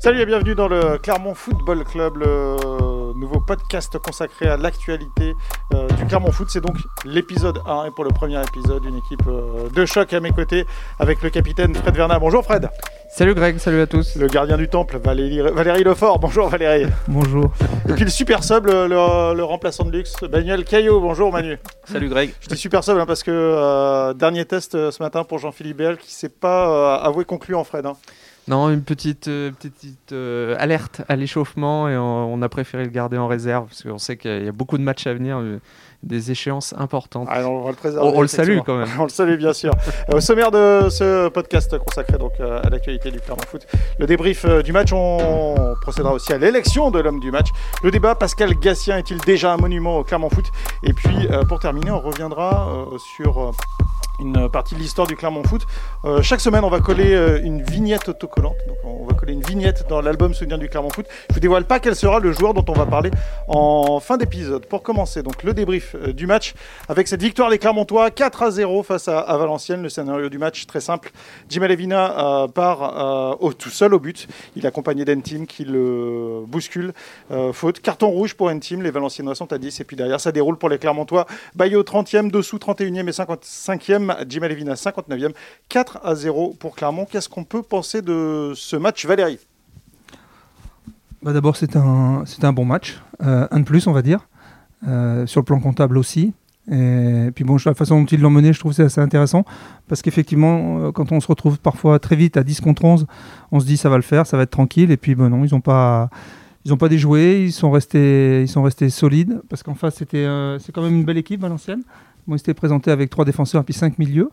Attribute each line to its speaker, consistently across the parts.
Speaker 1: Salut et bienvenue dans le Clermont Football Club, le nouveau podcast consacré à l'actualité du Clermont Foot. C'est donc l'épisode 1 et pour le premier épisode, une équipe de choc à mes côtés avec le capitaine Fred Vernat. Bonjour Fred.
Speaker 2: Salut Greg, salut à tous.
Speaker 1: Le gardien du temple, Valérie Lefort. Bonjour Valérie.
Speaker 3: Bonjour.
Speaker 1: Et puis le super sub, le remplaçant de luxe, Manuel Caillot. Bonjour Manu.
Speaker 4: Salut Greg.
Speaker 1: Je dis super sub parce que dernier test ce matin pour Jean-Philippe Béal qui ne s'est pas avoué concluant Fred.
Speaker 2: Non, une petite alerte à l'échauffement et on a préféré le garder en réserve parce qu'on sait qu'il y a beaucoup de matchs à venir, des échéances importantes.
Speaker 1: Ah, on va le préserver.
Speaker 2: On le salue quand même.
Speaker 1: On le salue bien sûr. Au sommaire de ce podcast consacré donc à l'actualité du Clermont Foot, le débrief du match, on procédera aussi à l'élection de l'homme du match. Le débat, Pascal Gassien est-il déjà un monument au Clermont Foot? Et puis pour terminer, on reviendra sur une partie de l'histoire du Clermont Foot. Chaque semaine, on va coller une vignette autocollante. Donc, on va coller une vignette dans l'album Souvenir du Clermont Foot. Je ne vous dévoile pas quel sera le joueur dont on va parler en fin d'épisode. Pour commencer, donc, le débrief du match avec cette victoire des Clermontois 4-0 face à Valenciennes. Le scénario du match, très simple. Jim Levina part tout seul au but. Il est accompagné d'Entim qui le bouscule. Faute. Carton rouge pour Entim. Les Valenciennois sont à 10. Et puis derrière, ça déroule pour les Clermontois. Bayo 30e, Dessous 31e et 55e. Jim Levina 59e, 4-0 pour Clermont. Qu'est-ce qu'on peut penser de ce match, Valérie?
Speaker 3: D'abord, c'est un bon match, un de plus, on va dire, sur le plan comptable aussi. Et puis bon, la façon dont ils l'ont mené, je trouve que c'est assez intéressant, parce qu'effectivement, quand on se retrouve parfois très vite à 10 contre 11, on se dit ça va le faire, ça va être tranquille, et puis non, ils n'ont pas déjoué, ils sont restés solides, parce qu'en face, c'est quand même une belle équipe, Valenciennes. Bon, ils s'étaient présentés avec 3 défenseurs et puis 5 milieux.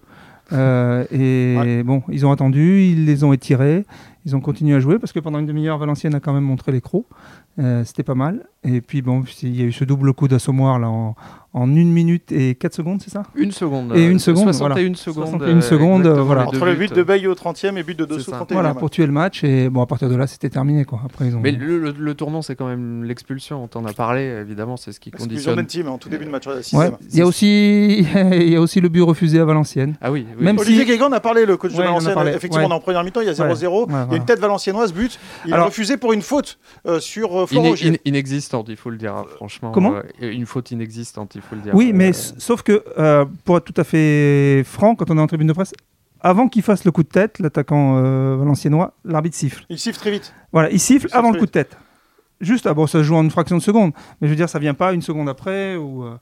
Speaker 3: Bon, ils ont attendu, ils les ont étirés, ils ont continué à jouer parce que pendant une demi-heure, Valenciennes a quand même montré les crocs. C'était pas mal. Et puis bon, il y a eu ce double coup d'assommoir là en 1 minute et 4 secondes, c'est ça?
Speaker 2: 1 seconde.
Speaker 3: Et 1 seconde,
Speaker 2: 61 secondes.
Speaker 3: 61 secondes, voilà.
Speaker 2: Entre
Speaker 1: Entre le but de Baye au 30e et but de Dessous 31e.
Speaker 3: Voilà, pour tuer le match. Et bon, à partir de là, c'était terminé, quoi. Après,
Speaker 2: Mais le tournant, c'est quand même l'expulsion. On t'en a parlé, évidemment, c'est ce qui conditionne.
Speaker 1: L'expulsion d'Entim en tout début de match.
Speaker 3: Ouais. Il y a aussi le but refusé à Valenciennes.
Speaker 2: Ah oui.
Speaker 3: Même
Speaker 1: Olivier Guégan a parlé, le coach de Valenciennes. Effectivement, on est en première mi-temps, il y a 0-0. Il y a une tête valenciennoise, but. Il a refusé pour une faute sur Florent Ogier.
Speaker 2: Inexistante, il faut le dire, franchement.
Speaker 3: Comment
Speaker 2: une faute inexistante, il faut le dire.
Speaker 3: Oui, mais sauf que, pour être tout à fait franc, quand on est en tribune de presse, avant qu'il fasse le coup de tête, l'attaquant valenciennois, l'arbitre siffle.
Speaker 1: Il siffle très vite.
Speaker 3: Voilà, il siffle avant le coup de tête. Juste, ça se joue en une fraction de seconde. Mais je veux dire, ça vient pas une seconde après.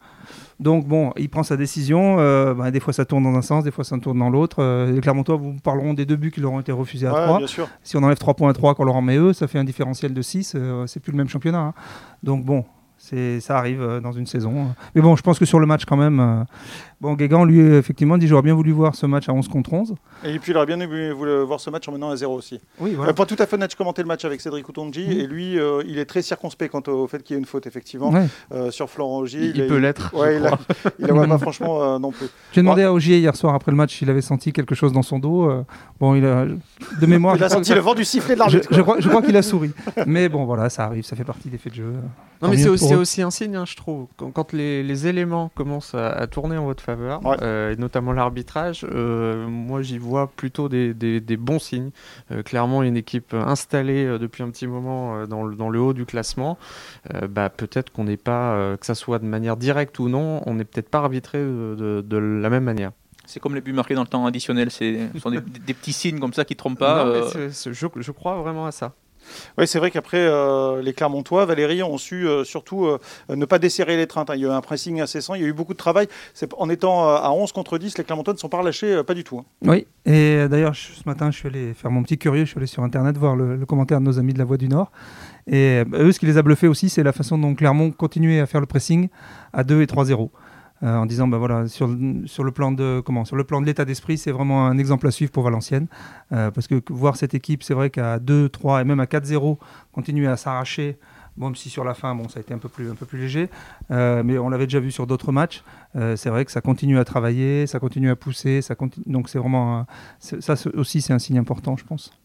Speaker 3: Donc bon, il prend sa décision. Des fois, ça tourne dans un sens, des fois, ça tourne dans l'autre. Les Clermontois vous parleront des 2 buts qui leur ont été refusés à 3.
Speaker 1: Bien sûr.
Speaker 3: Si on enlève 3 points à 3 qu'on leur en met eux, ça fait un différentiel de 6. C'est plus le même championnat. Hein. Donc bon, ça arrive dans une saison. Mais bon, je pense que sur le match quand même... Guégan, lui, effectivement, dit j'aurais bien voulu voir ce match à 11 contre 11.
Speaker 1: Et puis il aurait bien voulu voir ce match en menant à 0 aussi.
Speaker 3: Oui, voilà.
Speaker 1: Pour tout à fait honnête, je commentais le match avec Cédric Outonji et lui, il est très circonspect quant au fait qu'il y ait une faute, effectivement, sur Florent Ogier.
Speaker 2: Il peut l'être.
Speaker 1: Il la voit pas franchement non plus.
Speaker 3: J'ai demandé à Ogier hier soir après le match s'il avait senti quelque chose dans son dos. Il a de mémoire.
Speaker 1: Il a senti le vent du sifflet de l'arbitre.
Speaker 3: Je crois qu'il a souri. Mais bon, voilà, ça arrive, ça fait partie des faits de jeu.
Speaker 2: Non, mais c'est aussi un signe, je trouve. Quand les éléments commencent à tourner en votre faveur, et notamment l'arbitrage, moi j'y vois plutôt des bons signes. Clairement, une équipe installée depuis un petit moment dans le haut du classement. Peut-être qu'on n'est pas, que ça soit de manière directe ou non, on n'est peut-être pas arbitré de la même manière.
Speaker 4: C'est comme les buts marqués dans le temps additionnel, ce sont des petits signes comme ça qui ne trompent pas.
Speaker 2: Non, mais je crois vraiment à ça.
Speaker 1: Oui, c'est vrai qu'après, les Clermontois, Valérie, ont su surtout ne pas desserrer les treintes. Il y a eu un pressing incessant, il y a eu beaucoup de travail. En étant à 11 contre 10, les Clermontois ne sont pas relâchés, pas du tout. Hein.
Speaker 3: Oui, et d'ailleurs, ce matin, je suis allé faire mon petit curieux, je suis allé sur Internet voir le commentaire de nos amis de la Voix du Nord. Et eux, ce qui les a bluffés aussi, c'est la façon dont Clermont continuait à faire le pressing à 2 et 3-0. En disant sur le plan de l'état d'esprit, c'est vraiment un exemple à suivre pour Valenciennes, parce que voir cette équipe, c'est vrai qu'à 2, 3 et même à 4-0 continuer à s'arracher, même si sur la fin ça a été un peu plus léger, mais on l'avait déjà vu sur d'autres matchs. C'est vrai que ça continue à travailler, ça continue à pousser, donc c'est vraiment ça aussi, c'est un signe important, je pense.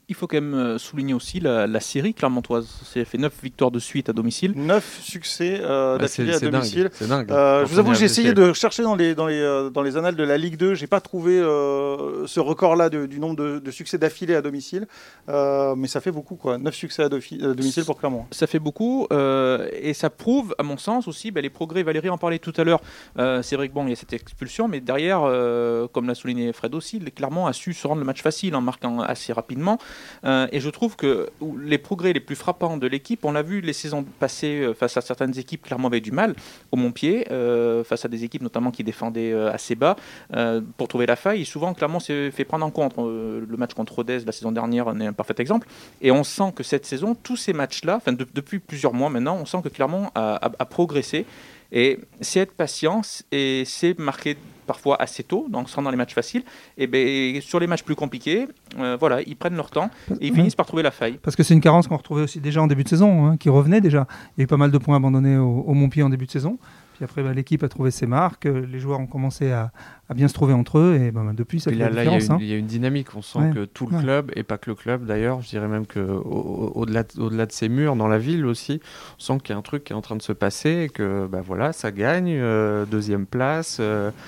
Speaker 4: Il faut quand même souligner aussi la série clermontoise. C'est fait 9 victoires de suite à domicile.
Speaker 1: 9 succès d'affilée à domicile.
Speaker 2: C'est dingue.
Speaker 1: Je vous avoue, j'ai essayé de chercher dans les annales de la Ligue 2. J'ai pas trouvé ce record-là du nombre de succès d'affilée à domicile. Mais ça fait beaucoup, quoi. 9 succès à domicile pour Clermont.
Speaker 4: Ça fait beaucoup. Et ça prouve, à mon sens, aussi les progrès. Valérie en parlait tout à l'heure. C'est vrai que il y a cette expulsion. Mais derrière, comme l'a souligné Fred aussi, Clermont a su se rendre le match facile en marquant assez rapidement. Et je trouve que les progrès les plus frappants de l'équipe, on l'a vu les saisons passées face à certaines équipes, Clermont avait du mal au Montpied, face à des équipes notamment qui défendaient assez bas pour trouver la faille. Et souvent, Clermont s'est fait prendre en compte. Le match contre Rodez la saison dernière en est un parfait exemple. Et on sent que cette saison, tous ces matchs-là, depuis plusieurs mois maintenant, on sent que Clermont a progressé. Et c'est être patient et c'est marquer parfois assez tôt, donc se rendre dans les matchs faciles. Et sur les matchs plus compliqués, ils prennent leur temps et ils finissent par trouver la faille.
Speaker 3: Parce que c'est une carence qu'on retrouvait aussi déjà en début de saison, qui revenait déjà. Il y a eu pas mal de points abandonnés au Montpied en début de saison. Puis après, l'équipe a trouvé ses marques, les joueurs ont commencé à bien se trouver entre eux, et depuis, ça fait la différence.
Speaker 2: Il y a une dynamique, on sent que tout le club, et pas que le club d'ailleurs, je dirais même qu'au-delà de ces murs, dans la ville aussi, on sent qu'il y a un truc qui est en train de se passer, et que ça gagne, deuxième place,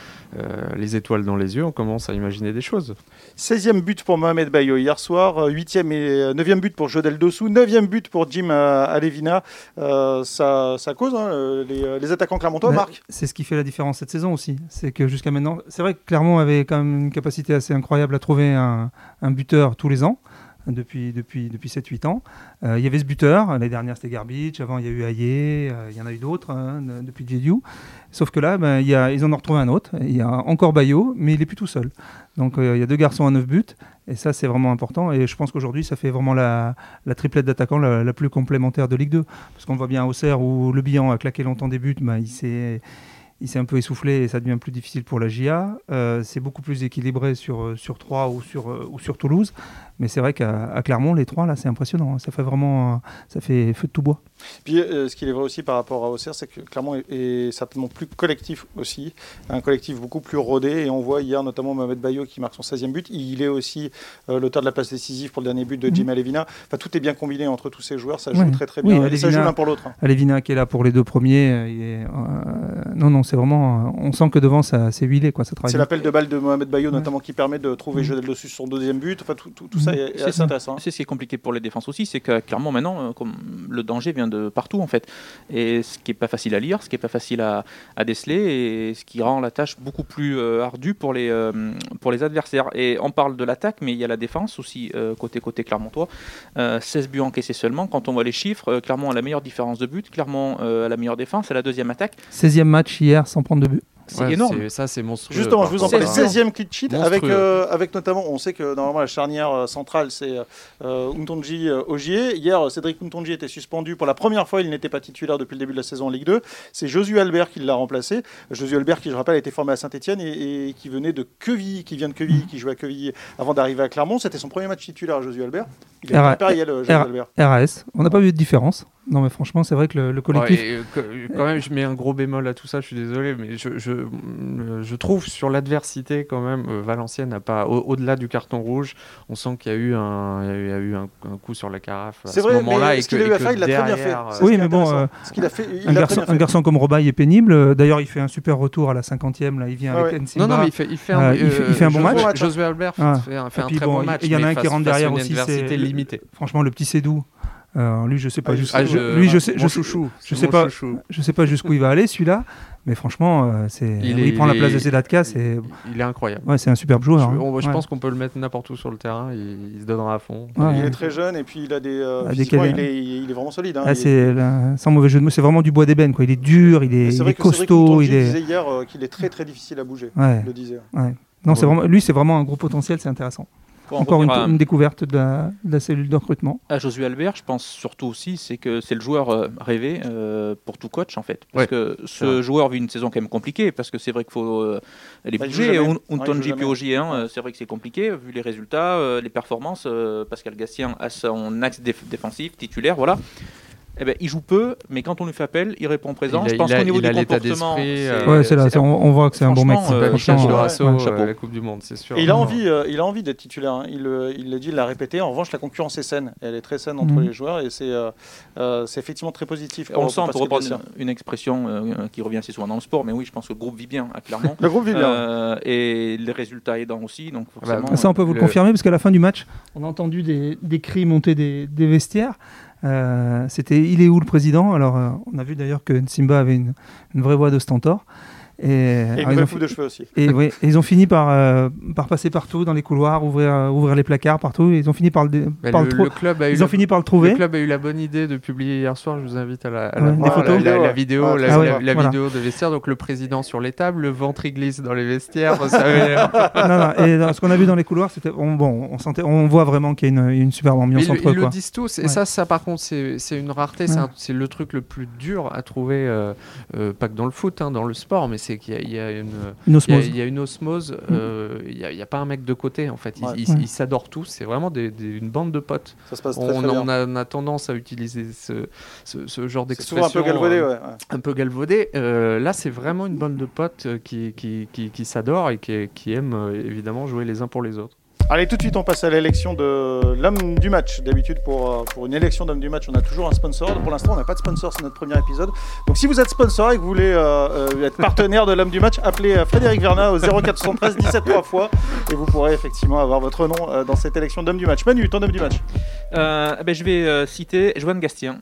Speaker 2: les étoiles dans les yeux, on commence à imaginer des choses.
Speaker 1: 16e but pour Mohamed Bayo hier soir, 8e et 9e but pour Jodel Dossou, 9e but pour Jim Alevina. Ça cause, les attaquants clermontois marquent.
Speaker 3: C'est ce qui fait la différence cette saison aussi. C'est que jusqu'à maintenant, c'est vrai que Clermont avait quand même une capacité assez incroyable à trouver un buteur tous les ans. Depuis 7-8 ans. Il y avait ce buteur, l'année dernière c'était Garbage, avant il y a eu Ayer, il y en a eu d'autres depuis Diediou. Sauf que là, ils en ont retrouvé un autre. Il y a encore Bayo, mais il n'est plus tout seul. Donc il y a 2 garçons à 9 buts, et ça c'est vraiment important. Et je pense qu'aujourd'hui ça fait vraiment la triplette d'attaquants la plus complémentaire de Ligue 2. Parce qu'on voit bien à Auxerre où Le Bihan a claqué longtemps des buts, il s'est un peu essoufflé et ça devient plus difficile pour la GIA. C'est beaucoup plus équilibré sur Troyes ou sur Toulouse. Mais c'est vrai qu'à Clermont, les 3, là, c'est impressionnant. Ça fait feu de tout bois.
Speaker 1: Puis, ce qu'il est vrai aussi par rapport à Auxerre, c'est que Clermont est certainement plus collectif aussi. Un collectif beaucoup plus rodé. Et on voit hier notamment Mohamed Bayo qui marque son 16e but. Il est aussi l'auteur de la passe décisive pour le dernier but de Jim Alevina. Enfin, tout est bien combiné entre tous ces joueurs. Ça joue très très bien.
Speaker 3: Alevina,
Speaker 1: ça joue l'un pour l'autre.
Speaker 3: Alevina qui est là pour les 2 premiers. Non, c'est vraiment... On sent que devant, c'est huilé. Ça travaille.
Speaker 1: C'est l'appel de balle de Mohamed Bayo notamment qui permet de trouver Jodel Dossou sur son 2e but. Enfin, tout ça est assez intéressant.
Speaker 4: C'est ce qui est compliqué pour les défenses aussi, c'est que clairement maintenant, comme le danger vient de partout en fait. Et ce qui n'est pas facile à lire, ce qui n'est pas facile à déceler, et ce qui rend la tâche beaucoup plus ardue pour les adversaires. Et on parle de l'attaque, mais il y a la défense aussi, côté clermontois. 16 buts encaissés seulement. Quand on voit les chiffres, Clermont a la meilleure différence de but, Clermont a la meilleure défense, a la 2e attaque.
Speaker 3: 16e match hier sans prendre de but.
Speaker 4: C'est énorme.
Speaker 2: Ça, c'est monstrueux.
Speaker 1: Justement, je vous en parle. 16e clean sheet avec notamment, on sait que normalement la charnière centrale c'est Ntonji Ogier. Hier, Cédric Ntonji était suspendu pour la première fois. Il n'était pas titulaire depuis le début de la saison en Ligue 2. C'est Josué Albert qui l'a remplacé. Josué Albert, qui je rappelle, a été formé à Saint-Etienne et qui venait de Quevilly, qui vient de Quevilly, qui jouait à Quevilly avant d'arriver à Clermont. C'était son premier match titulaire, Josué Albert. Il est impérial, Josué Albert.
Speaker 3: RAS. On n'a pas vu de différence. Non, mais franchement, c'est vrai que le collectif...
Speaker 2: quand même, je mets un gros bémol à tout ça, je suis désolé, mais je trouve sur l'adversité, quand même, Valenciennes n'a pas... Au-delà du carton rouge, on sent qu'il y a eu un coup sur la carafe à ce moment-là.
Speaker 1: Mais ce qu'il a eu à faire, il l'a très bien fait.
Speaker 3: Oui, mais bon, un garçon comme Robaille est pénible. D'ailleurs, il fait un super retour à la 50e. Là, il vient avec Nsimba.
Speaker 2: Non, mais il fait un
Speaker 3: bon match.
Speaker 2: Josué Albert fait un très bon match.
Speaker 3: Il y en a un qui rentre derrière aussi.
Speaker 2: C'est limité.
Speaker 3: Franchement, le petit Sédou. Lui, je sais pas jusqu'où. Je sais pas jusqu'où il va aller, celui-là. Mais franchement, il prend la place de Sedatka.
Speaker 2: Il est incroyable.
Speaker 3: Ouais, c'est un superbe joueur.
Speaker 2: Je pense qu'on peut le mettre n'importe où sur le terrain. Il se donnera à fond.
Speaker 1: Il est très jeune et puis il a des. Il est vraiment solide.
Speaker 3: Sans mauvais jeu de mots, c'est vraiment du bois d'ébène. Il est dur, il est costaud.
Speaker 1: Il disait hier qu'il est très très difficile à bouger. Il le disait.
Speaker 3: Non, c'est vraiment un gros potentiel. C'est intéressant. Encore une découverte de la cellule de recrutement.
Speaker 4: À Josué Albert, je pense surtout aussi, c'est que c'est le joueur rêvé pour tout coach en fait. Parce que ce joueur vit une saison quand même compliquée, parce que c'est vrai qu'il faut les bouger. Ntonji puis Ogier, c'est vrai que c'est compliqué, vu les résultats, les performances. Pascal Gassien a son axe défensif, titulaire, voilà. il joue peu, mais quand on lui fait appel, il répond présent. Je pense qu'au niveau du comportement,
Speaker 3: c'est là, on voit que c'est un bon mec.
Speaker 2: La Coupe du Monde, c'est sûr.
Speaker 1: Et il a envie d'être titulaire. Hein. Il l'a dit, il l'a répété. En revanche, la concurrence est saine. Elle est très saine entre les joueurs et c'est effectivement très positif.
Speaker 4: On sent, pour reprendre une expression qui revient assez souvent dans le sport, mais oui, je pense que le groupe vit bien, clairement.
Speaker 1: Le groupe vit bien.
Speaker 4: Et les résultats aidant aussi. Donc forcément,
Speaker 3: ça, on peut vous le confirmer, parce qu'à la fin du match, on a entendu des cris monter des vestiaires. C'était il est où le président? Alors on a vu d'ailleurs que Nsimba avait une vraie voix de stentor.
Speaker 1: Et une vraie coupe de cheveux aussi.
Speaker 3: Et ils ont fini par passer partout dans les couloirs, ouvrir les placards partout. Ils ont fini par le trouver.
Speaker 2: Le club a eu la bonne idée de publier hier soir. Je vous invite à la vidéo de vestiaire. Donc le président sur les tables, le ventre il glisse dans les vestiaires.
Speaker 3: Et dans ce qu'on a vu dans les couloirs, c'était on voit vraiment qu'il y a une superbe ambiance entre eux.
Speaker 2: Ils le disent tous. Et ça par contre, c'est une rareté. C'est le truc le plus dur à trouver, pas que dans le foot, dans le sport, mais c'est qu'il y a une osmose. Il y a une osmose. Il n'y a pas un mec de côté en fait. Ils s'adorent tous. C'est vraiment une bande de potes.
Speaker 1: Ça se passe très bien.
Speaker 2: On a tendance à utiliser ce genre d'expression.
Speaker 1: C'est souvent un peu galvaudé.
Speaker 2: Un peu galvaudé. Là, c'est vraiment une bande de potes qui s'adorent et qui aiment évidemment jouer les uns pour les autres.
Speaker 1: Allez, tout de suite, on passe à l'élection de l'homme du match. D'habitude, pour une élection d'homme du match, on a toujours un sponsor. Pour l'instant, on n'a pas de sponsor, c'est notre premier épisode. Donc, si vous êtes sponsor et que vous voulez être partenaire de l'homme du match, appelez Frédéric Vernat au 0473 17 3 fois et vous pourrez effectivement avoir votre nom dans cette élection d'homme du match. Manu, ton homme du match?
Speaker 4: Je vais citer Joan Gastien.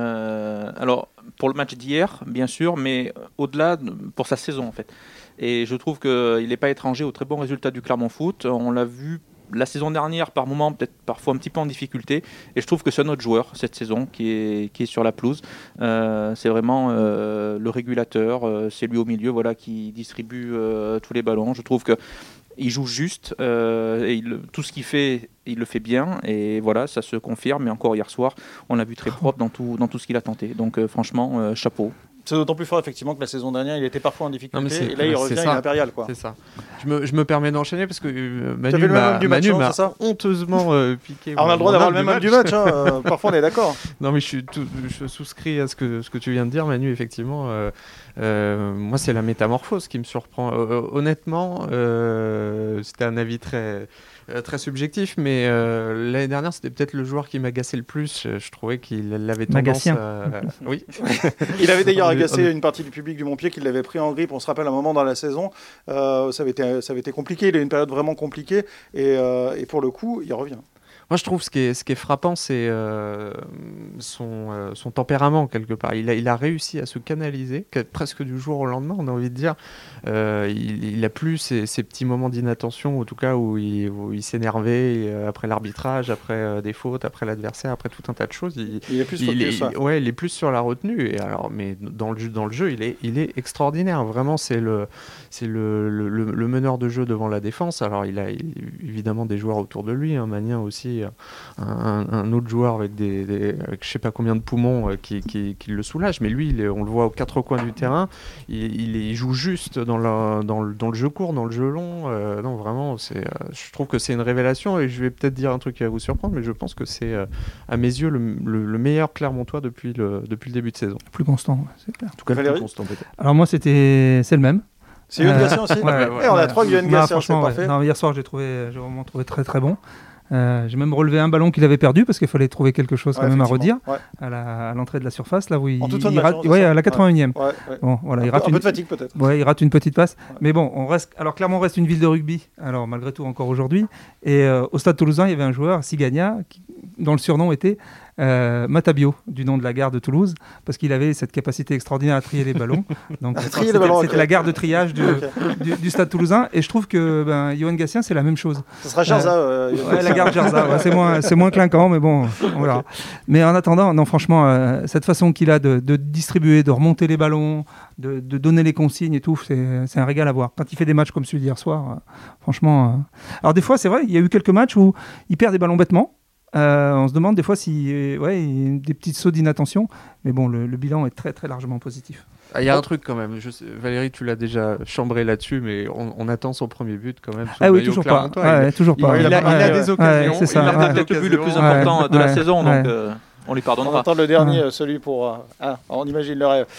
Speaker 4: Alors, pour le match d'hier, bien sûr, mais au-delà, pour sa saison en fait. Et je trouve qu'il n'est pas étranger aux très bons résultats du Clermont Foot. On l'a vu la saison dernière, par moments, peut-être parfois un petit peu en difficulté. Et je trouve que c'est un autre joueur cette saison qui est sur la pelouse. C'est vraiment le régulateur. C'est lui au milieu qui distribue tous les ballons. Je trouve qu'il joue juste. Et tout ce qu'il fait, il le fait bien. Et voilà, ça se confirme. Et encore hier soir, on l'a vu très propre dans tout ce qu'il a tenté. Donc franchement, chapeau.
Speaker 1: C'est d'autant plus fort effectivement que la saison dernière il était parfois en difficulté et là il revient, il est impérial quoi.
Speaker 2: C'est ça. Je me permets d'enchaîner parce que Manu m'a honteusement piqué.
Speaker 1: Alors on a le droit d'avoir le même homme du match, parfois on est d'accord.
Speaker 2: Non mais je souscris à ce que tu viens de dire Manu, effectivement. Moi c'est la métamorphose qui me surprend. Honnêtement, c'était un avis très subjectif, mais l'année dernière c'était peut-être le joueur qui m'agaçait le plus. Je trouvais qu'il avait tendance oui.
Speaker 1: Il avait d'ailleurs agacé une partie du public du Montpied qui l'avait pris en grippe. On se rappelle un moment dans la saison, ça avait été compliqué, il a eu une période vraiment compliquée et pour le coup il revient.
Speaker 2: Moi, je trouve ce qui est frappant, c'est son tempérament, quelque part. Il a réussi à se canaliser, presque du jour au lendemain, on a envie de dire. Il n'a plus ces petits moments d'inattention, en tout cas, où il s'énervait après l'arbitrage, après des fautes, après l'adversaire, après tout un tas de choses.
Speaker 1: Il est plus focus.
Speaker 2: Il est plus sur la retenue. Et alors, mais dans le jeu, il est extraordinaire. Vraiment, c'est le meneur de jeu devant la défense. Alors, il a évidemment des joueurs autour de lui, Magnien aussi, un autre joueur avec avec je sais pas combien de poumons qui le soulage, mais lui on le voit aux quatre coins du terrain, il joue juste dans le jeu court, dans le jeu long. Non vraiment, je trouve que c'est une révélation et je vais peut-être dire un truc qui va vous surprendre, mais je pense que c'est à mes yeux le meilleur Clermontois depuis le début de saison.
Speaker 3: Le plus constant, c'est clair.
Speaker 2: En tout cas, le plus constant peut-être.
Speaker 3: Alors moi c'est le même.
Speaker 1: C'est Yoann Gastien aussi. On a trois Yoann Gastien, c'est parfait.
Speaker 3: Non, hier soir j'ai vraiment trouvé très très bon. J'ai même relevé un ballon qu'il avait perdu parce qu'il fallait trouver quelque chose quand même à redire à l'entrée de la surface là où il rate à la 81e. Bon, voilà, il rate
Speaker 1: un peu de fatigue peut-être.
Speaker 3: Ouais, il rate une petite passe. Mais bon, Clermont reste une ville de rugby. Alors malgré tout encore aujourd'hui. Et au Stade Toulousain, il y avait un joueur, Sigagna, dont le surnom était Matabio, du nom de la gare de Toulouse, parce qu'il avait cette capacité extraordinaire à trier les ballons. Donc c'était la gare de triage du Stade Toulousain. Et je trouve que Yoann Gastien, c'est la même chose.
Speaker 1: Ce sera Jarza.
Speaker 3: La gare de Jarza, c'est moins clinquant, mais bon, on verra. Mais en attendant, non, franchement, cette façon qu'il a de distribuer, de remonter les ballons, de donner les consignes et tout, c'est un régal à voir. Quand il fait des matchs comme celui d'hier soir, franchement... Alors des fois, c'est vrai, il y a eu quelques matchs où il perd des ballons bêtement. On se demande des fois s'il y a des petites sauts d'inattention, mais bon, le bilan est très très largement positif.
Speaker 2: Il y a un truc quand même, Valérie, tu l'as déjà chambré là-dessus, mais on attend son premier but quand même.
Speaker 3: Oui, toujours pas. Toujours pas.
Speaker 2: Il a des occasions.
Speaker 3: C'est ça.
Speaker 4: Il a peut-être le but le plus important de la saison. Donc, On lui pardonnera.
Speaker 1: On attend le dernier, celui pour... on imagine le rêve.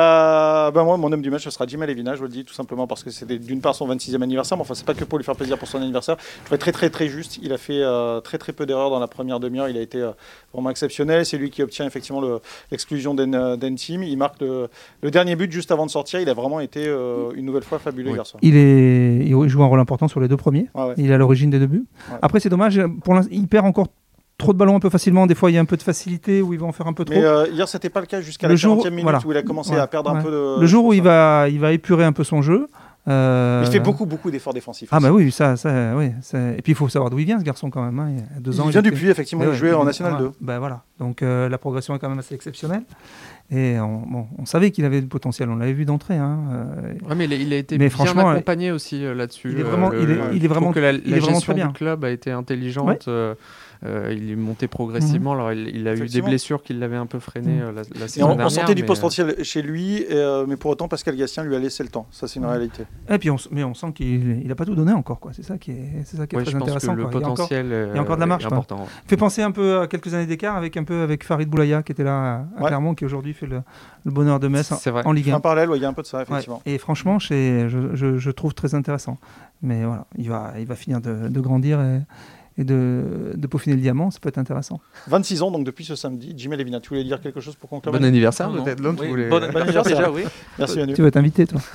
Speaker 1: Moi, mon homme du match, ce sera Jimmy Levina, je vous le dis tout simplement parce que c'était d'une part son 26e anniversaire, mais enfin, c'est pas que pour lui faire plaisir pour son anniversaire. Je trouvais très très très juste. Il a fait très très peu d'erreurs dans la première demi-heure. Il a été vraiment exceptionnel. C'est lui qui obtient effectivement l'exclusion d'Enteam. Il marque le dernier but juste avant de sortir. Il a vraiment été une nouvelle fois fabuleux hier soir.
Speaker 3: Il joue un rôle important sur les 2 premiers. Il est à l'origine des 2 buts. Ouais. Après, c'est dommage. Il perd encore trop de ballons un peu facilement. Des fois, il y a un peu de facilité où il va en faire un peu trop.
Speaker 1: Mais hier, c'était pas le cas jusqu'à la 40e minute où il a commencé à perdre un peu de...
Speaker 3: Le jour où il va épurer un peu son jeu.
Speaker 1: Il fait beaucoup d'efforts défensifs.
Speaker 3: Ah, bah oui, ça. Et puis, il faut savoir d'où il vient, ce garçon, quand même. Hein. Il y a 2 ans.
Speaker 1: Il vient du Puy, effectivement. Il jouait en National 2.
Speaker 3: Ben voilà. Donc, la progression est quand même assez exceptionnelle. Et on savait qu'il avait du potentiel, on l'avait vu d'entrée.
Speaker 2: Mais il a été bien accompagné aussi là-dessus.
Speaker 3: Il est vraiment
Speaker 2: que la gestion
Speaker 3: très bien.
Speaker 2: du club a été intelligente. Ouais. Il est monté progressivement. Alors, il a eu des blessures qui l'avaient un peu freiné la saison dernière.
Speaker 1: On sentait du potentiel chez lui, mais pour autant, Pascal Gatien lui a laissé le temps. Ça, c'est une réalité.
Speaker 3: Et puis, on sent qu'il n'a pas tout donné encore. C'est ça qui est très intéressant.
Speaker 2: Le potentiel
Speaker 3: il y a encore de la marche.
Speaker 2: Important.
Speaker 3: Fait penser un peu à quelques années d'écart avec Farid Boulaya qui était là à Clermont, qui aujourd'hui fait le bonheur de Metz en Ligue 1.
Speaker 1: En parallèle, il y a un peu de ça, effectivement.
Speaker 3: Et franchement, je trouve très intéressant. Mais voilà, il va finir de grandir et de peaufiner le diamant, ça peut être intéressant.
Speaker 1: 26 ans, donc depuis ce samedi. Jimmy Levina, tu voulais dire quelque chose pour conclure?
Speaker 2: Bon anniversaire, peut-être.
Speaker 1: Bon anniversaire déjà, oui. Merci Manu.
Speaker 3: Tu vas t'inviter, toi.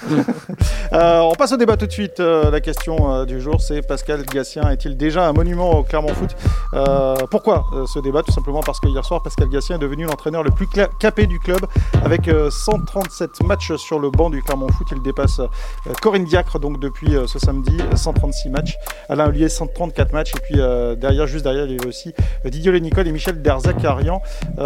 Speaker 1: On passe au débat tout de suite. La question du jour, c'est Pascal Gatien est-il déjà un monument au Clermont Foot? Pourquoi ce débat? Tout simplement parce que hier soir, Pascal Gatien est devenu l'entraîneur le plus capé du club avec 137 matchs sur le banc du Clermont Foot. Il dépasse Corinne Diacre donc depuis ce samedi, 136 matchs. Alain Ollier, 134 matchs. Et puis juste derrière, il y avait aussi Didier Nicole et Michel Derzakarian.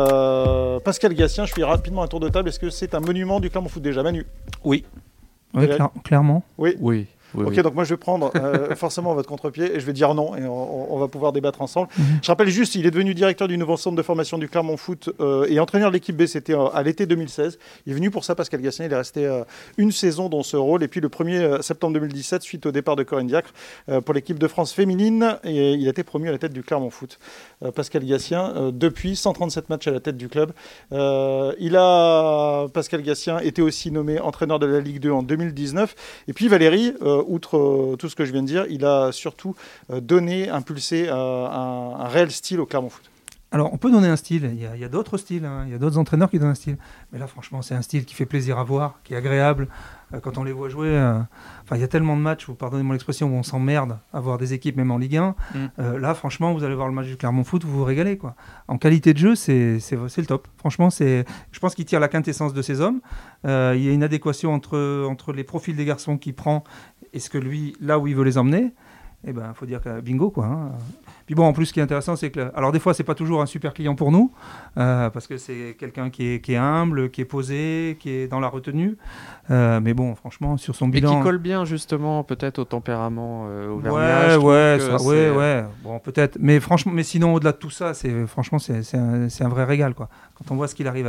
Speaker 1: Pascal Gatien, je fais rapidement un tour de table. Est-ce que c'est un monument du Clermont Foot déjà? Manu?
Speaker 4: Oui.
Speaker 3: Clairement.
Speaker 1: Oui. Ok, donc moi je vais prendre forcément votre contre-pied et je vais dire non et on va pouvoir débattre ensemble. Je rappelle juste, il est devenu directeur du nouveau centre de formation du Clermont Foot et entraîneur de l'équipe B, c'était à l'été 2016. Il est venu pour ça, Pascal Gatien, il est resté une saison dans ce rôle et puis le 1er septembre 2017, suite au départ de Corinne Diacre pour l'équipe de France féminine, et il a été promu à la tête du Clermont Foot. Pascal Gatien, depuis 137 matchs à la tête du club. Pascal Gatien était aussi nommé entraîneur de la Ligue 2 en 2019 et puis Valérie, outre tout ce que je viens de dire, il a surtout impulsé un réel style au Clermont Foot.
Speaker 3: Alors, on peut donner un style, il y a d'autres styles, il y a d'autres entraîneurs qui donnent un style. Mais là, franchement, c'est un style qui fait plaisir à voir, qui est agréable. Quand on les voit jouer, il y a tellement de matchs, pardonnez-moi l'expression, où on s'emmerde à voir des équipes, même en Ligue 1. Là, franchement, vous allez voir le match du Clermont Foot, vous vous régalez, quoi. En qualité de jeu, c'est le top. Franchement, je pense qu'il tire la quintessence de ces hommes. Il y a une adéquation entre les profils des garçons qu'il prend et ce que lui, là où il veut les emmener. Eh ben, faut dire que bingo, quoi. Puis bon, en plus, ce qui est intéressant, c'est que... Alors, des fois, c'est pas toujours un super client pour nous, parce que c'est quelqu'un qui est humble, qui est posé, qui est dans la retenue. Mais bon, franchement, sur son bilan...
Speaker 2: Et qui colle bien, justement, peut-être au tempérament auvergnat.
Speaker 3: Ouais. Bon, peut-être. Mais franchement, sinon, au-delà de tout ça, c'est un vrai régal, quoi. Quand on voit ce qu'il arrive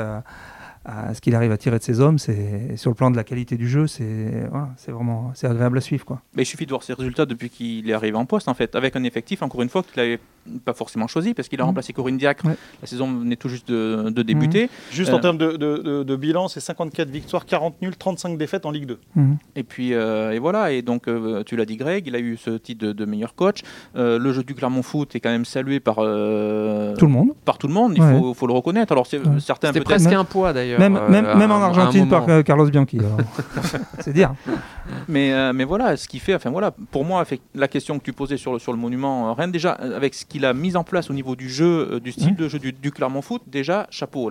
Speaker 3: à tirer de ses hommes, c'est sur le plan de la qualité du jeu, c'est agréable à suivre, quoi.
Speaker 4: Mais il suffit de voir ses résultats depuis qu'il est arrivé en poste, en fait, avec un effectif, encore une fois, qu'il n'avait pas forcément choisi, parce qu'il a remplacé Corinne Diacre. Ouais. La saison venait tout juste de débuter.
Speaker 1: Juste en termes de bilan, c'est 54 victoires, 40 nuls, 35 défaites en Ligue 2.
Speaker 4: Et puis, et voilà, et donc, tu l'as dit, Greg, il a eu ce titre de meilleur coach. Le jeu du Clermont Foot est quand même salué par tout le monde. Par tout le monde, il faut le reconnaître. Alors, certains
Speaker 2: c'était presque un poids, d'ailleurs.
Speaker 3: Même en Argentine par Carlos Bianchi. C'est dire.
Speaker 4: Mais voilà, ce qui fait, pour moi, la question que tu posais sur le monument, rien déjà avec ce qu'il a mis en place au niveau du jeu, du style de jeu du Clermont Foot, déjà chapeau.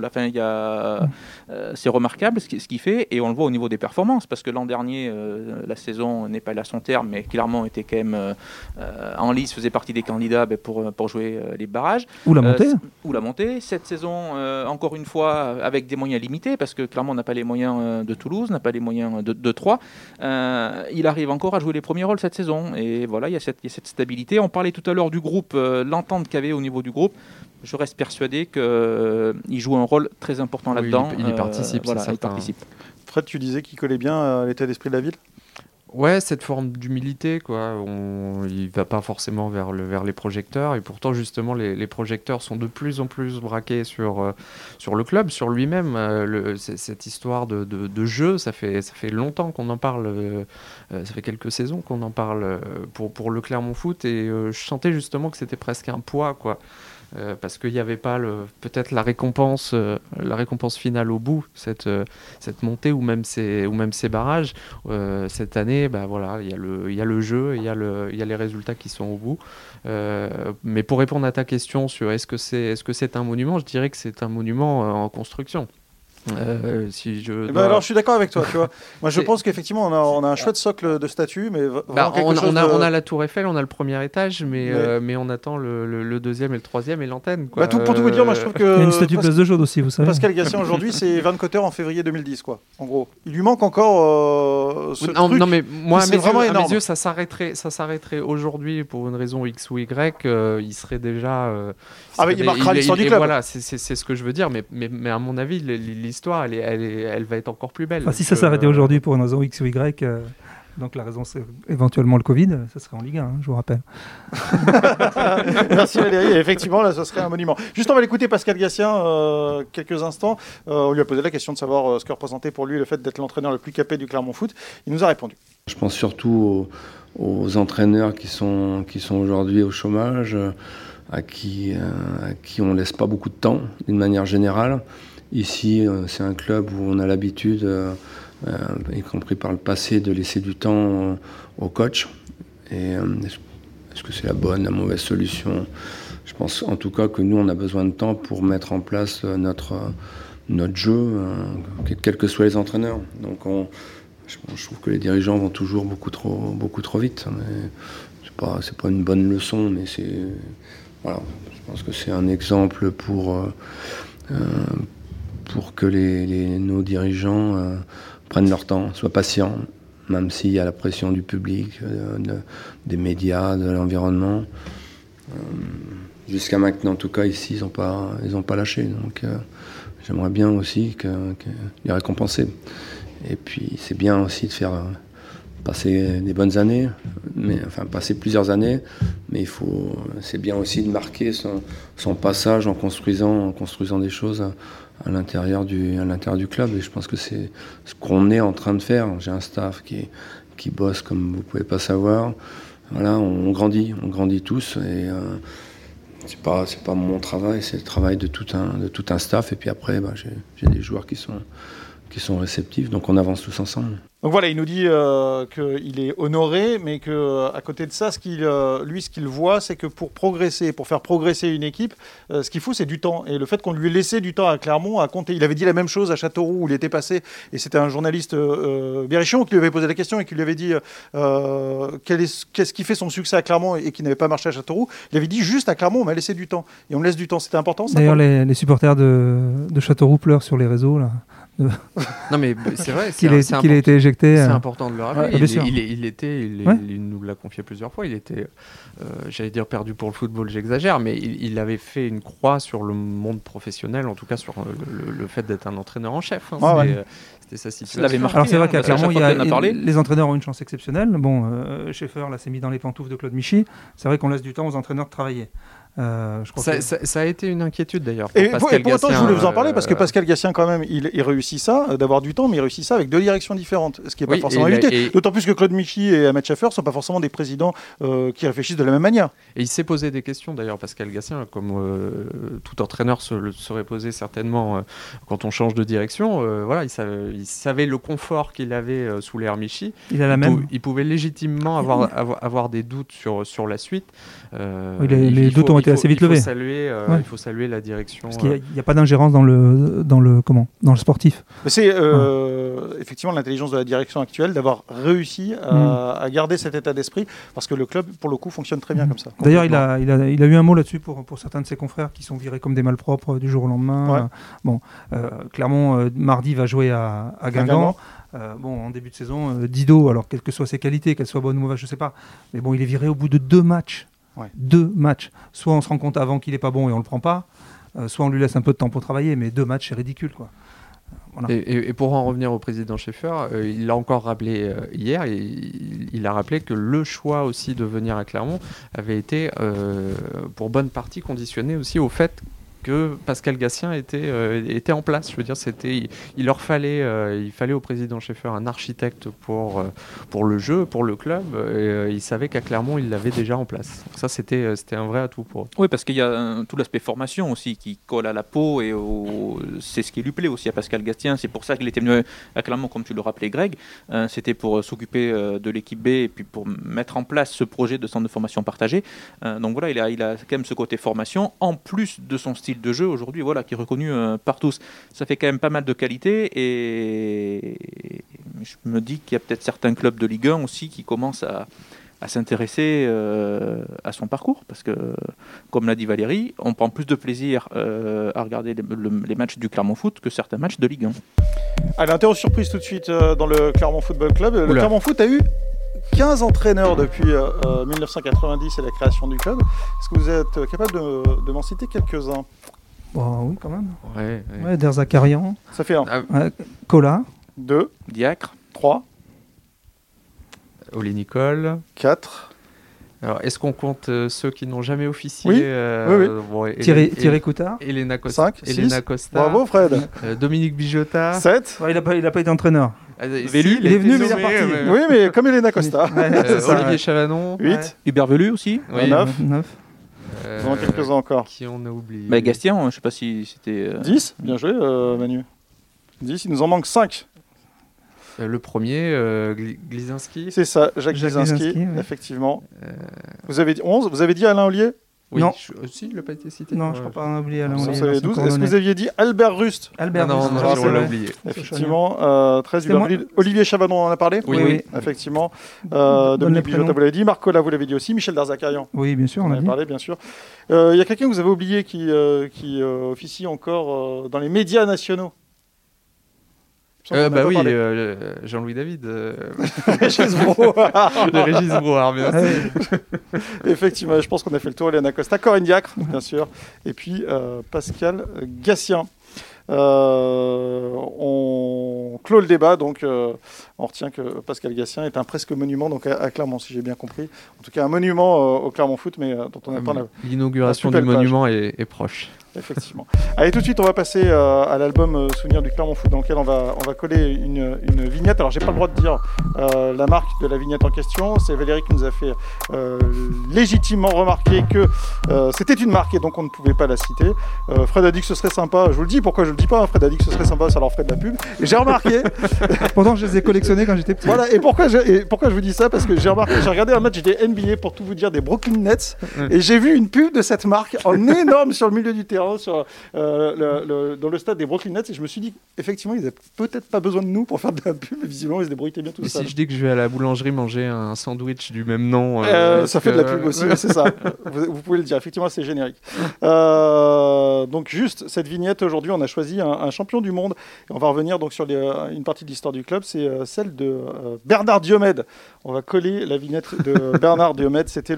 Speaker 4: C'est remarquable ce qu'il fait, et on le voit au niveau des performances, parce que l'an dernier, la saison n'est pas allée à son terme, mais Clermont était quand même en lice, faisait partie des candidats pour jouer les barrages.
Speaker 3: Ou la montée.
Speaker 4: Ou la montée. Cette saison, encore une fois, avec des moyens limités, parce que Clermont n'a pas les moyens de Toulouse, n'a pas les moyens de Troyes. Il arrive encore à jouer les premiers rôles cette saison, et voilà, il y a cette stabilité. On parlait tout à l'heure du groupe, l'entente qu'il y avait au niveau du groupe. Je reste persuadé qu'il joue un rôle très important là-dedans.
Speaker 2: Il y participe,
Speaker 4: il participe.
Speaker 1: Fred, tu disais qu'il collait bien à l'état d'esprit de la ville ?
Speaker 2: Ouais, cette forme d'humilité, quoi. Il va pas forcément vers les projecteurs, et pourtant justement les projecteurs sont de plus en plus braqués sur le club, sur lui-même. Cette histoire de jeu, ça fait longtemps qu'on en parle. Ça fait quelques saisons qu'on en parle pour le Clermont Foot, et je sentais justement que c'était presque un poids, quoi. Parce qu'il n'y avait pas peut-être la récompense finale au bout, cette montée ou même ces barrages. Cette année, voilà, il y a le jeu, il y a les résultats qui sont au bout. Mais pour répondre à ta question sur est-ce que c'est un monument, je dirais que c'est un monument en construction.
Speaker 1: Alors je suis d'accord avec toi, tu vois. Moi je pense qu'effectivement on a un chouette socle de statues, mais
Speaker 2: on a la Tour Eiffel, on a le premier étage, mais on attend le deuxième et le troisième et l'antenne, quoi.
Speaker 1: Pour tout vous dire, moi je trouve que
Speaker 3: il y a une statue Place de Jaude aussi, vous savez.
Speaker 1: Pascal Gassien aujourd'hui, c'est Van Cotter en février 2010, quoi. En gros, il lui manque encore ce truc.
Speaker 2: Non, mais moi à mes yeux, ça s'arrêterait aujourd'hui pour une raison X ou Y. Il serait déjà.
Speaker 1: Il marquera l'histoire du club.
Speaker 2: Voilà, c'est ce que je veux dire, mais à mon avis, l'histoire, elle va être encore plus belle.
Speaker 3: Si ça s'arrêtait aujourd'hui pour une raison X ou Y, donc la raison c'est éventuellement le Covid, ça serait en Ligue 1, je vous rappelle.
Speaker 1: Merci Valérie, effectivement là ça serait un monument. Juste on va l'écouter Pascal Gassien quelques instants. On lui a posé la question de savoir ce que représentait pour lui le fait d'être l'entraîneur le plus capé du Clermont Foot. Il nous a répondu.
Speaker 5: Je pense surtout aux entraîneurs qui sont aujourd'hui au chômage, à qui on laisse pas beaucoup de temps d'une manière générale. Ici, c'est un club où on a l'habitude, y compris par le passé, de laisser du temps au coach. Et est-ce que c'est la mauvaise solution ? Je pense en tout cas que nous, on a besoin de temps pour mettre en place notre jeu, quels que soient les entraîneurs. Donc je trouve que les dirigeants vont toujours beaucoup trop vite. Mais c'est pas une bonne leçon, mais voilà, je pense que c'est un exemple pour que nos dirigeants prennent leur temps, soient patients, même s'il y a la pression du public, des médias, de l'environnement. Jusqu'à maintenant, en tout cas, ici, ils n'ont pas lâché. Donc, j'aimerais bien aussi les récompenser. Et puis, c'est bien aussi de faire passer des bonnes années, passer plusieurs années, mais c'est bien aussi de marquer son passage en construisant des choses à l'intérieur du club, et je pense que c'est ce qu'on est en train de faire. J'ai un staff qui bosse comme vous pouvez pas savoir. Voilà, on grandit tous, et c'est pas mon travail, c'est le travail de tout un staff, et puis après j'ai des joueurs qui sont réceptifs, donc on avance tous ensemble.
Speaker 1: Donc voilà, il nous dit qu'il est honoré, mais qu'à côté de ça, ce qu'il voit, c'est que pour faire progresser une équipe, ce qu'il faut, c'est du temps. Et le fait qu'on lui ait laissé du temps à Clermont a compté. Il avait dit la même chose à Châteauroux, où il était passé, et c'était un journaliste Berrichon qui lui avait posé la question et qui lui avait dit qu'est-ce qui fait son succès à Clermont et qui n'avait pas marché à Châteauroux. Il avait dit juste à Clermont, on m'a laissé du temps. Et on me laisse du temps, c'était important, ça.
Speaker 3: D'ailleurs, les supporters de Châteauroux pleurent sur les réseaux, là.
Speaker 2: Non mais c'est vrai
Speaker 3: qu'il a été éjecté.
Speaker 2: C'est important de le rappeler.
Speaker 3: Ouais,
Speaker 2: il nous l'a confié plusieurs fois. Il était, j'allais dire perdu pour le football, j'exagère, mais il avait fait une croix sur le monde professionnel, en tout cas sur le fait d'être un entraîneur en chef. C'était sa situation.
Speaker 3: Alors c'est vrai qu'à Clermont, les entraîneurs ont une chance exceptionnelle. Bon, Schaeffer là s'est mis dans les pantoufles de Claude Michy. C'est vrai qu'on laisse du temps aux entraîneurs de travailler. Je crois
Speaker 2: ça a été une inquiétude d'ailleurs.
Speaker 1: Et pour autant, je voulais vous en parler parce que Pascal Gassien, quand même, il réussit ça, d'avoir du temps, mais il réussit ça avec deux directions différentes, ce qui n'est pas forcément évité. D'autant plus que Claude Michy et Ahmed Schaeffer ne sont pas forcément des présidents qui réfléchissent de la même manière.
Speaker 2: Et il s'est posé des questions d'ailleurs, Pascal Gassien, comme tout entraîneur serait posé certainement quand on change de direction. Voilà, il savait le confort qu'il avait sous l'ère Michy. Il pouvait légitimement avoir des doutes sur la suite.
Speaker 3: Les doutes ont été assez vite levés.
Speaker 2: Il faut saluer la direction.
Speaker 3: Parce qu'il n'y a pas d'ingérence dans le sportif.
Speaker 1: Mais c'est effectivement l'intelligence de la direction actuelle d'avoir réussi à garder cet état d'esprit, parce que le club, pour le coup, fonctionne très bien comme ça.
Speaker 3: D'ailleurs, il a eu un mot là-dessus pour certains de ses confrères qui sont virés comme des malpropres du jour au lendemain. Clermont, mardi, va jouer à Guingamp. En début de saison, Dido, alors quelles que soient ses qualités, qu'elles soient bonnes ou mauvaises, je ne sais pas, mais bon, il est viré au bout de 2 matchs. 2 matchs. Soit on se rend compte avant qu'il n'est pas bon et on ne le prend pas, soit on lui laisse un peu de temps pour travailler, mais 2 matchs, c'est ridicule, quoi. Voilà.
Speaker 2: Et pour en revenir au président Schaeffer, il l'a encore rappelé hier, il a rappelé que le choix aussi de venir à Clermont avait été pour bonne partie conditionné aussi au fait que Pascal Gatien était en place. Je veux dire, il fallait au président Schaeffer un architecte pour le jeu, pour le club, et il savait qu'à Clermont, il l'avait déjà en place. Donc ça, c'était un vrai atout pour eux.
Speaker 4: Oui, parce qu'il y a tout l'aspect formation aussi qui colle à la peau, et c'est ce qui lui plaît aussi à Pascal Gatien. C'est pour ça qu'il était venu à Clermont, comme tu le rappelais, Greg. C'était pour s'occuper de l'équipe B et puis pour mettre en place ce projet de centre de formation partagé. Donc voilà, il a quand même ce côté formation, en plus de son style de jeu aujourd'hui, voilà, qui est reconnu par tous. Ça fait quand même pas mal de qualité, et je me dis qu'il y a peut-être certains clubs de Ligue 1 aussi qui commencent à s'intéresser à son parcours, parce que, comme l'a dit Valérie, on prend plus de plaisir à regarder les matchs du Clermont Foot que certains matchs de Ligue 1.
Speaker 1: Allez, interro surprise tout de suite dans le Clermont Football Club. Le Clermont Foot a eu 15 entraîneurs depuis 1990 et la création du club. Est-ce que vous êtes capable de m'en citer quelques-uns ?
Speaker 3: Bon, oui, quand même.
Speaker 2: Ouais.
Speaker 3: Derzakarian.
Speaker 1: Ça fait 1.
Speaker 3: Cola.
Speaker 1: 2.
Speaker 4: Diacre.
Speaker 1: 3.
Speaker 2: Oli Nicole.
Speaker 1: 4.
Speaker 2: Alors, est-ce qu'on compte ceux qui n'ont jamais officié ?
Speaker 1: Oui.
Speaker 2: Bon,
Speaker 3: Thierry Coutard.
Speaker 2: Elena Costa.
Speaker 1: 5. 6.
Speaker 2: Elena Costa.
Speaker 1: Bravo Fred.
Speaker 2: Dominique Bijota.
Speaker 1: 7.
Speaker 3: Ouais, il n'a pas été entraîneur.
Speaker 2: Vélu,
Speaker 3: il est venu, mais il est reparti.
Speaker 1: Oui, mais comme Elena Costa.
Speaker 2: Olivier Chavanon.
Speaker 1: 8.
Speaker 4: Hubert Velu aussi.
Speaker 2: Oui.
Speaker 3: 9.
Speaker 1: Vous en avez quelques-uns encore.
Speaker 2: Qui on a oublié.
Speaker 4: Bah, Gastien, je ne sais pas si c'était...
Speaker 1: 10. Bien joué Manu. 10. Il nous en manque 5.
Speaker 2: Le premier, Glisinski.
Speaker 1: C'est ça, Jacques Glisinski,
Speaker 3: oui.
Speaker 1: Effectivement. Vous avez dit 11. Vous avez dit Alain Ollier ?
Speaker 2: Oui,
Speaker 3: Non.
Speaker 2: Si, il n'a pas été cité.
Speaker 3: Non, je ne crois pas oublier Alain
Speaker 1: Vous
Speaker 3: Ollier.
Speaker 1: en avez 12. Est-ce que vous aviez dit Albert Rust ?
Speaker 3: Albert
Speaker 2: Non,
Speaker 3: Rust.
Speaker 2: on l'a oublié.
Speaker 1: Effectivement. 13. Olivier Chavanon, on en a parlé ?
Speaker 2: Oui.
Speaker 1: Effectivement.
Speaker 3: Donne les
Speaker 1: Dominique Bijota,
Speaker 3: prénoms.
Speaker 1: vous l'avez dit. Marc Cola, vous l'avez dit aussi. Michel Derzakarian.
Speaker 3: Oui, bien sûr,
Speaker 1: On
Speaker 3: on
Speaker 1: en
Speaker 3: a
Speaker 1: a
Speaker 3: dit.
Speaker 1: parlé, bien sûr. Il y a quelqu'un que vous avez oublié qui officie encore dans les médias nationaux.
Speaker 2: Bah oui, Jean-Louis David.
Speaker 1: Régis Brouard.
Speaker 2: De Régis Brouard, bien sûr.
Speaker 1: Effectivement, je pense qu'on a fait le tour. Elena Costa, Corinne Diacre, bien sûr. Et puis Pascal Gatien. On clôt le débat, donc on retient que Pascal Gatien est un presque monument donc à Clermont, si j'ai bien compris. En tout cas, un monument au Clermont Foot, mais dont on n'a pas
Speaker 2: L'inauguration du monument est proche.
Speaker 1: Effectivement. Allez, tout de suite, on va passer à l'album Souvenir du Clermont Foot, dans lequel on va coller une vignette. Alors, j'ai pas le droit de dire la marque de la vignette en question. C'est Valérie qui nous a fait légitimement remarquer que c'était une marque et donc on ne pouvait pas la citer. Fred a dit que ce serait sympa. Je vous le dis, pourquoi je le dis pas. Fred a dit que ce serait sympa, ça leur ferait de la pub. Et j'ai remarqué.
Speaker 3: Pourtant, je les ai collectionnés quand j'étais petit.
Speaker 1: Voilà. Et pourquoi je vous dis ça ? Parce que j'ai regardé un match des NBA, pour tout vous dire, des Brooklyn Nets, et j'ai vu une pub de cette marque en énorme sur le milieu du terrain. Dans le stade des Brooklyn Nets, et je me suis dit effectivement ils n'avaient peut-être pas besoin de nous pour faire de la pub, mais visiblement ils se débrouillaient bien tout seuls.
Speaker 2: Si je dis que je vais à la boulangerie manger un sandwich du même nom,
Speaker 1: ça fait de la pub aussi, c'est ça. Vous pouvez le dire, effectivement c'est générique. Donc juste cette vignette aujourd'hui, on a choisi un champion du monde et on va revenir donc sur une partie de l'histoire du club, c'est celle de Bernard Diomède. On va coller la vignette de Bernard Diomède. C'était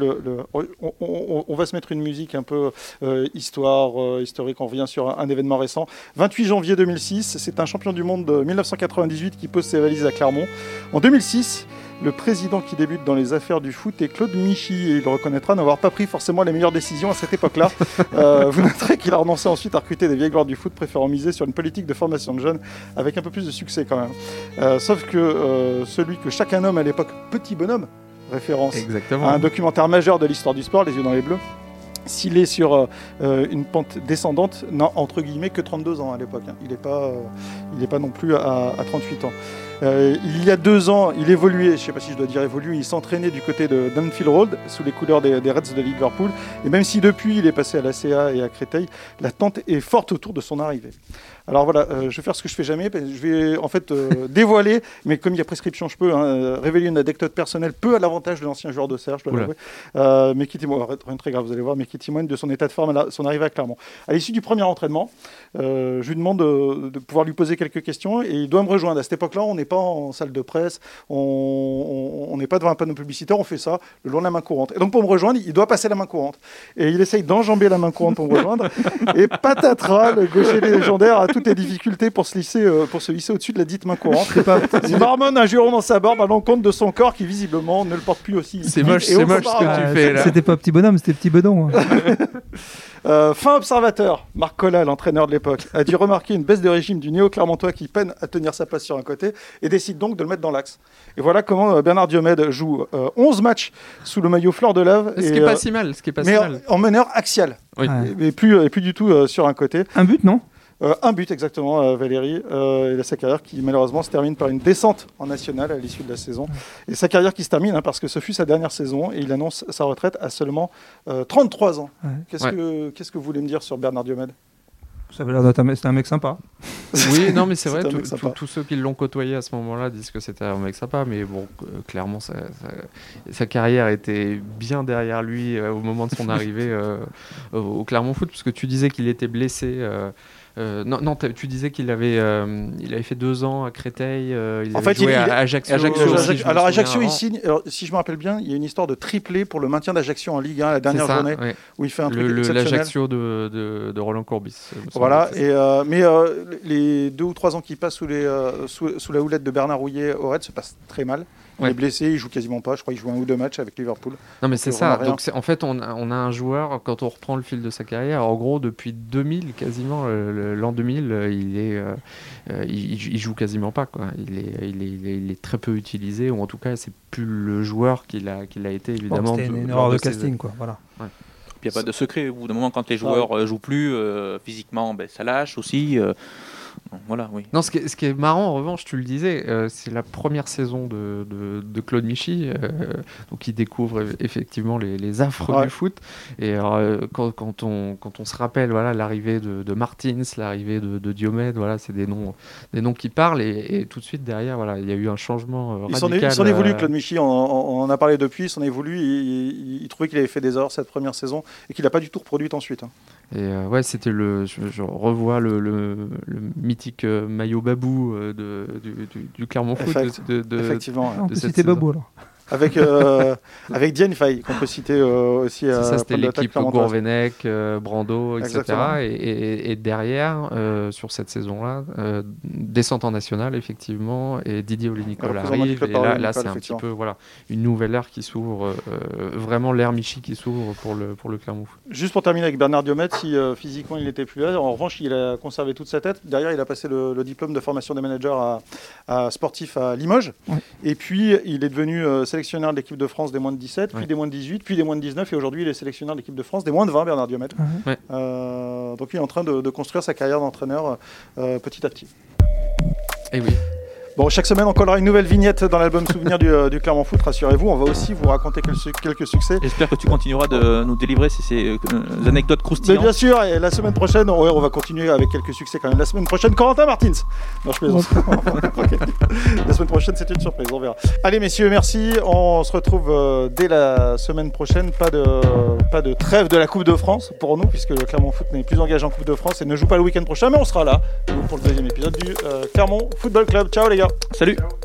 Speaker 1: on va se mettre une musique un peu historique, on revient sur un événement récent. 28 janvier 2006, c'est un champion du monde de 1998 qui pose ses valises à Clermont. En 2006, le président qui débute dans les affaires du foot est Claude Michy, et il reconnaîtra n'avoir pas pris forcément les meilleures décisions à cette époque-là. Vous noterez qu'il a renoncé ensuite à recruter des vieilles gloires du foot, préférant miser sur une politique de formation de jeunes avec un peu plus de succès quand même. Sauf que celui que chacun nomme à l'époque Petit Bonhomme, référence
Speaker 2: Exactement.
Speaker 1: à un documentaire majeur de l'histoire du sport, Les yeux dans les bleus, s'il est sur une pente descendante, non, entre guillemets, que 32 ans à l'époque. Hein. Il n'est pas non plus à 38 ans. Il y a 2 ans, il évoluait, je ne sais pas si je dois dire évoluer, il s'entraînait du côté de d'Anfield Road, sous les couleurs des Reds de Liverpool. Et même si depuis, il est passé à la CA et à Créteil, l'attente est forte autour de son arrivée. Alors voilà, je vais faire ce que je fais jamais, je vais en fait dévoiler, mais comme il y a prescription, je peux révéler une anecdote personnelle, peu à l'avantage de l'ancien joueur de Serre, je dois l'avouer, mais qui témoigne, rien de très grave, vous allez voir, mais qui témoigne de son état de forme à son arrivée à Clermont. À l'issue du premier entraînement, je lui demande de pouvoir lui poser quelques questions, et il doit me rejoindre. À cette époque-là, on n'est n'est pas en salle de presse, on n'est pas devant un panneau publicitaire, on fait ça le long de la main courante. Et donc pour me rejoindre, il doit passer la main courante. Et il essaye d'enjamber la main courante pour me rejoindre. Et patatras, le gaucher légendaire a toutes les difficultés pour se hisser au-dessus de la dite main courante. Il marmonne un juron dans sa barbe à l'encontre de son corps qui visiblement ne le porte plus aussi.
Speaker 2: C'est moche ce que tu fais là.
Speaker 3: C'était pas petit bonhomme, c'était petit bedon.
Speaker 1: Fin observateur, Marc Collat, l'entraîneur de l'époque, a dû remarquer une baisse de régime du néo-clermontois qui peine à tenir sa place sur un côté et décide donc de le mettre dans l'axe. Et voilà comment Bernard Diomède joue 11 matchs sous le maillot Fleur de Lave.
Speaker 2: Ce qui est pas si mal.
Speaker 1: Mais en meneur axial.
Speaker 2: Oui.
Speaker 1: Et plus du tout sur un côté.
Speaker 3: Un but, non ?
Speaker 1: Un but exactement, Valérie. Il a sa carrière qui malheureusement se termine par une descente en nationale à l'issue de la saison. Et sa carrière qui se termine parce que ce fut sa dernière saison et il annonce sa retraite à seulement 33 ans. Ouais. Qu'est-ce que vous voulez me dire sur Bernard Diomède ?
Speaker 3: Ça avait l'air d'être un mec sympa.
Speaker 2: Oui, non, mais c'est vrai, tous ceux qui l'ont côtoyé à ce moment-là disent que c'était un mec sympa, mais bon, clairement, sa carrière était bien derrière lui au moment de son arrivée au Clermont Foot, parce que tu disais qu'il était blessé. Non, tu disais qu'il avait fait 2 ans à Créteil, il avait joué à Ajaccio.
Speaker 1: Alors Ajaccio, il signe, si je me rappelle bien, il y a une histoire de triplé pour le maintien d'Ajaccio en Ligue 1 la dernière journée, où il fait un truc exceptionnel.
Speaker 2: L'Ajaccio de Roland Courbis.
Speaker 1: Voilà, mais les 2 ou 3 ans qu'il passe sous la houlette de Bernard Rouillet au Red se passent très mal. Il est blessé, il joue quasiment pas. Je crois qu'il joue 1 ou 2 matchs avec Liverpool.
Speaker 2: Non, mais c'est ça. Donc, en fait, on a un joueur, quand on reprend le fil de sa carrière, en gros, depuis 2000, quasiment, l'an 2000, il joue quasiment pas, quoi. Il est très peu utilisé, ou en tout cas, c'est plus le joueur qu'il a été, évidemment.
Speaker 3: C'était une erreur de casting, quoi. Voilà.
Speaker 4: Ouais. Puis il n'y a pas de secret. Au bout d'un moment, quand les joueurs jouent plus, physiquement, ça lâche aussi. Voilà, oui.
Speaker 2: Non, ce qui est marrant, en revanche, tu le disais, c'est la première saison de Claude Michy, donc il découvre effectivement les affres du foot. Et quand on se rappelle, voilà, l'arrivée de Martins, l'arrivée de Diomède, voilà, c'est des noms qui parlent. Et tout de suite derrière, voilà, il y a eu un changement radical.
Speaker 1: Il s'en est voulu, Claude Michy. On en a parlé depuis. Il s'en est voulu. Il trouvait qu'il avait fait des erreurs cette première saison et qu'il n'a pas du tout reproduite ensuite.
Speaker 2: Et c'était je revois le mythique maillot Babou du Clermont Foot
Speaker 1: effectivement.
Speaker 3: On peut citer Babou alors.
Speaker 1: Avec Diane Faye, qu'on peut citer aussi.
Speaker 2: Ça, c'était l'équipe Gourvenec, Brando, etc. Et derrière, sur cette saison-là, descente en nationale, effectivement, et Didier Olé-Nicole arrive. Et là c'est un petit peu une nouvelle ère qui s'ouvre, vraiment l'ère Michy qui s'ouvre pour le Clermont Foot.
Speaker 1: Juste pour terminer avec Bernard Diomède, si physiquement il n'était plus là, en revanche, il a conservé toute sa tête. Derrière, il a passé le diplôme de formation des managers à sportif à Limoges. Ouais. Et puis, il est devenu sélectionneur de l'équipe de France des moins de 17, puis des moins de 18, puis des moins de 19, et aujourd'hui il est sélectionneur de l'équipe de France des moins de 20, Bernard Diomède. Donc il est en train de construire sa carrière d'entraîneur petit à petit.
Speaker 2: Et oui.
Speaker 1: Bon, chaque semaine, on collera une nouvelle vignette dans l'album souvenir du Clermont Foot, rassurez-vous. On va aussi vous raconter quelques succès.
Speaker 4: J'espère que tu continueras de nous délivrer ces anecdotes croustillantes.
Speaker 1: Mais bien sûr, et la semaine prochaine, on va continuer avec quelques succès quand même. La semaine prochaine, Corentin Martins. Non, je plaisante. Okay. La semaine prochaine, c'est une surprise, on verra. Allez, messieurs, merci. On se retrouve dès la semaine prochaine. Pas de trêve de la Coupe de France pour nous, puisque le Clermont Foot n'est plus engagé en Coupe de France et ne joue pas le week-end prochain, mais on sera là pour le deuxième épisode du Clermont Football Club. Ciao les gars.
Speaker 4: Salut.
Speaker 1: Ciao.